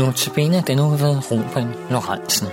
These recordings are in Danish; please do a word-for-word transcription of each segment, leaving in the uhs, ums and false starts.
Notabene den uge ved Ruben Lorentzen.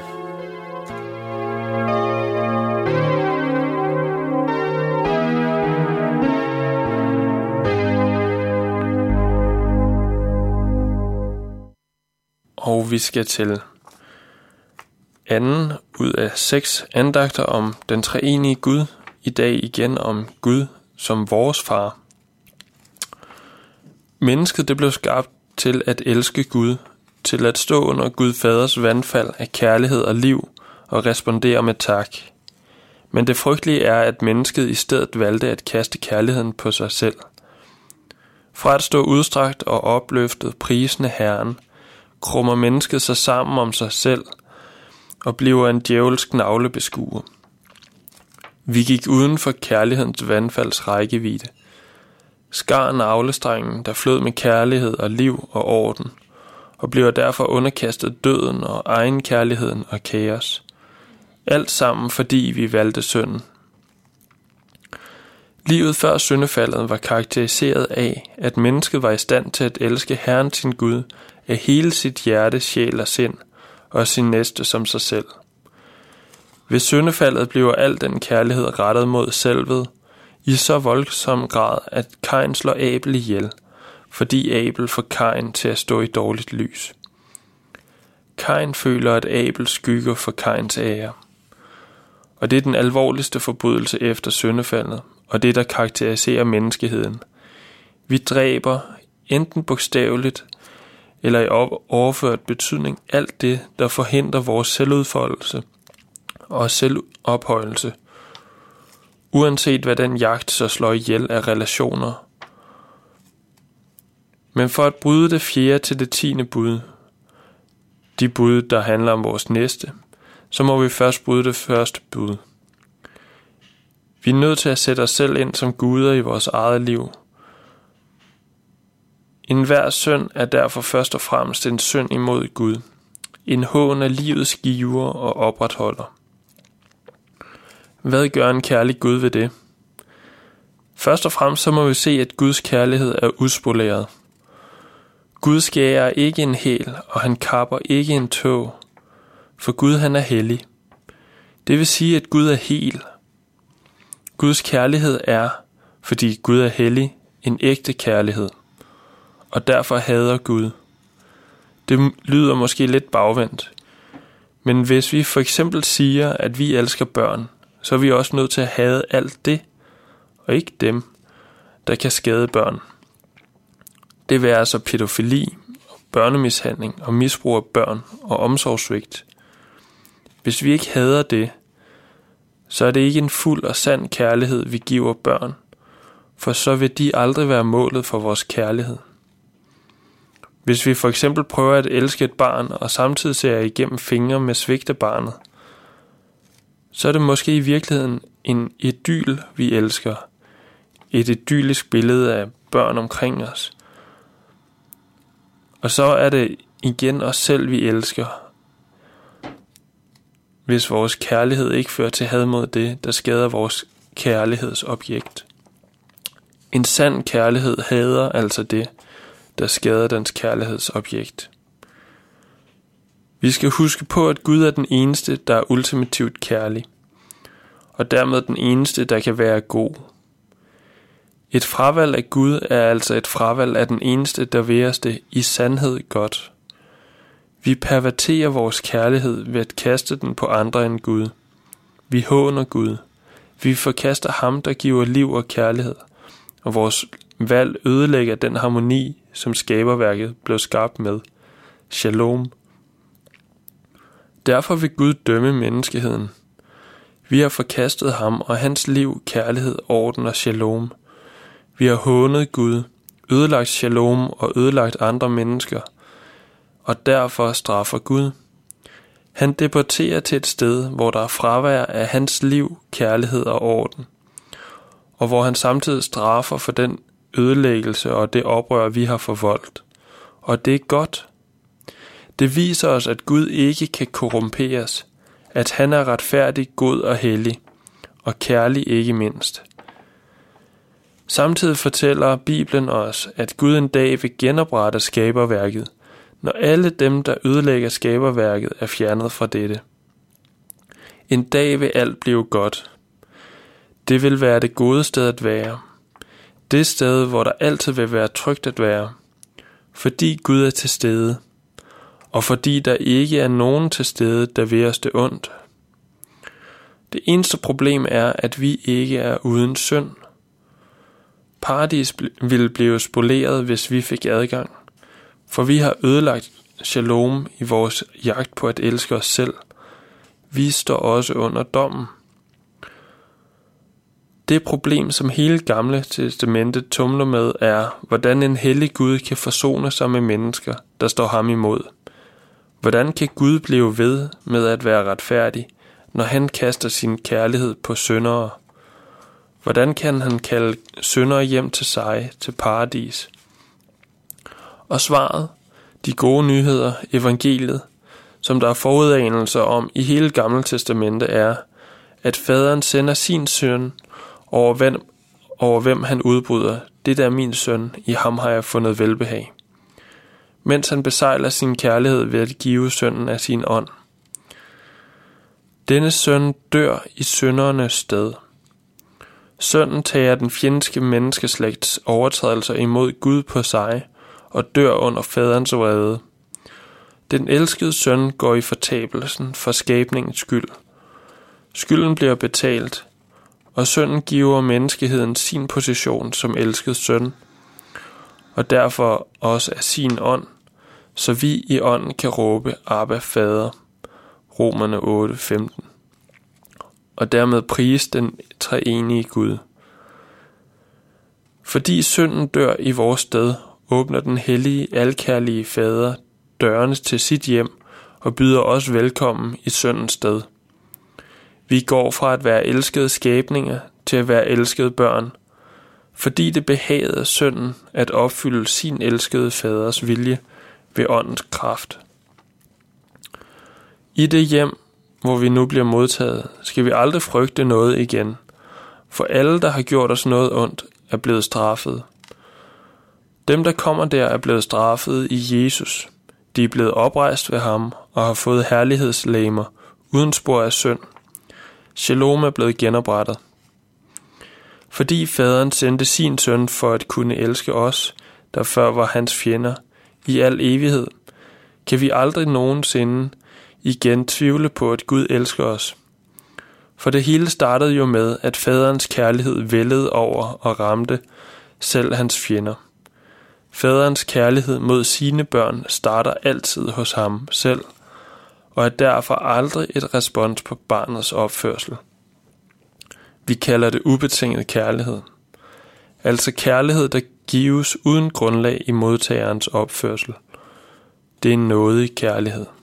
Og vi skal til anden ud af seks andagter om den treenige Gud. I dag igen om Gud som vores far. Mennesket det blev skabt til at elske Gud, til at stå under Gud Faders vandfald af kærlighed og liv og respondere med tak. Men det frygtelige er, at mennesket i stedet valgte at kaste kærligheden på sig selv. Fra at stå udstrakt og opløftet prisende Herren, krummer mennesket sig sammen om sig selv og bliver en djævelsk navlebeskuer. Vi gik uden for kærlighedens vandfalds rækkevidde, skar navlestrengen, der flød med kærlighed og liv og orden, og bliver derfor underkastet døden og egenkærligheden og kaos. Alt sammen, fordi vi valgte synden. Livet før syndefaldet var karakteriseret af, at mennesket var i stand til at elske Herren sin Gud af hele sit hjerte, sjæl og sind, og sin næste som sig selv. Ved syndefaldet bliver al den kærlighed rettet mod selvet, i så voldsom grad, at Kain slår Abel ihjel, fordi Abel får Kain til at stå i dårligt lys. Kain føler, at Abel skygger for Kains ære. Og det er den alvorligste forbrydelse efter syndefaldet, og det, der karakteriserer menneskeheden. Vi dræber, enten bogstaveligt eller i overført betydning, alt det, der forhindrer vores selvudfoldelse og selvophøjelse, uanset hvad den jagt så slår ihjel af relationer. Men for at bryde det fjerde til det tiende bud, de bud, der handler om vores næste, så må vi først bryde det første bud. Vi er nødt til at sætte os selv ind som guder i vores eget liv. Enhver synd er derfor først og fremmest en synd imod Gud, en hån af livets giver og opretholder. Hvad gør en kærlig Gud ved det? Først og fremmest så må vi se, at Guds kærlighed er uspoleret. Gud skærer ikke en hæl, og han kapper ikke en tå, for Gud han er hellig. Det vil sige, at Gud er hel. Guds kærlighed er, fordi Gud er hellig, en ægte kærlighed, og derfor hader Gud. Det lyder måske lidt bagvendt, men hvis vi for eksempel siger, at vi elsker børn, så er vi også nødt til at hade alt det, og ikke dem, der kan skade børn. Det vil altså pædofili, børnemishandling og misbrug af børn og omsorgssvigt. Hvis vi ikke hader det, så er det ikke en fuld og sand kærlighed, vi giver børn, for så vil de aldrig være målet for vores kærlighed. Hvis vi for eksempel prøver at elske et barn, og samtidig ser igennem fingre med svigt af barnet, så er det måske i virkeligheden en idyl, vi elsker. Et idyllisk billede af børn omkring os. Og så er det igen os selv, vi elsker, hvis vores kærlighed ikke fører til had mod det, der skader vores kærlighedsobjekt. En sand kærlighed hader altså det, der skader dens kærlighedsobjekt. Vi skal huske på, at Gud er den eneste, der er ultimativt kærlig, og dermed den eneste, der kan være god. Et fravalg af Gud er altså et fravalg af den eneste, der vil os det i sandhed godt. Vi perverterer vores kærlighed ved at kaste den på andre end Gud. Vi håner Gud. Vi forkaster ham, der giver liv og kærlighed, og vores valg ødelægger den harmoni, som skaberværket blev skabt med. Shalom. Derfor vil Gud dømme menneskeheden. Vi har forkastet ham og hans liv, kærlighed, orden og shalom. Vi har hånet Gud, ødelagt shalom og ødelagt andre mennesker, og derfor straffer Gud. Han deporterer til et sted, hvor der er fravær af hans liv, kærlighed og orden, og hvor han samtidig straffer for den ødelæggelse og det oprør, vi har forvoldt. Og det er godt. Det viser os, at Gud ikke kan korrumperes, at han er retfærdig, god og hellig, og kærlig ikke mindst. Samtidig fortæller Bibelen os, at Gud en dag vil genoprette skaberværket, når alle dem, der ødelægger skaberværket, er fjernet fra dette. En dag vil alt blive godt. Det vil være det gode sted at være. Det sted, hvor der altid vil være trygt at være. Fordi Gud er til stede, og fordi der ikke er nogen til stede, der vil os det ondt. Det eneste problem er, at vi ikke er uden synd. Paradis ville blive spoleret, hvis vi fik adgang, for vi har ødelagt shalom i vores jagt på at elske os selv. Vi står også under dommen. Det problem, som hele Gamle Testamentet tumler med, er, hvordan en hellig Gud kan forsone sig med mennesker, der står ham imod. Hvordan kan Gud blive ved med at være retfærdig, når han kaster sin kærlighed på syndere? Hvordan kan han kalde syndere hjem til sig, til paradis? Og svaret, de gode nyheder, evangeliet, som der er forudanelser om i hele Gamle Testamente, er, at faderen sender sin søn over hvem, over hvem han udbryder. Det er min søn, i ham har jeg fundet velbehag. Mens han besejler sin kærlighed ved at give sønnen af sin ånd. Denne søn dør i syndernes sted. Sønnen tager den fjendske menneskeslægts overtrædelser imod Gud på sig og dør under faderens vrede. Den elskede søn går i fortabelsen for skabningens skyld. Skylden bliver betalt, og sønnen giver menneskeheden sin position som elsket søn, og derfor også af sin ånd, så vi i ånden kan råbe Abba Fader, Romerne otte femten, og dermed prise den treenige Gud. Fordi synden dør i vores sted, åbner den hellige, alkærlige Fader dørene til sit hjem og byder os velkommen i syndens sted. Vi går fra at være elskede skabninger til at være elskede børn, fordi det behagede synden at opfylde sin elskede faders vilje ved åndens kraft. I det hjem, hvor vi nu bliver modtaget, skal vi aldrig frygte noget igen, for alle, der har gjort os noget ondt, er blevet straffet. Dem, der kommer der, er blevet straffet i Jesus. De er blevet oprejst ved ham og har fået herlighedslegemer uden spor af synd. Shalom er blevet genoprettet. Fordi faderen sendte sin søn for at kunne elske os, der før var hans fjender, i al evighed, kan vi aldrig nogensinde igen tvivle på, at Gud elsker os. For det hele startede jo med, at faderens kærlighed vældede over og ramte selv hans fjender. Faderens kærlighed mod sine børn starter altid hos ham selv, og er derfor aldrig et respons på barnets opførsel. Vi kalder det ubetinget kærlighed. Altså kærlighed, der gives uden grundlag i modtagerens opførsel. Det er en nådig kærlighed.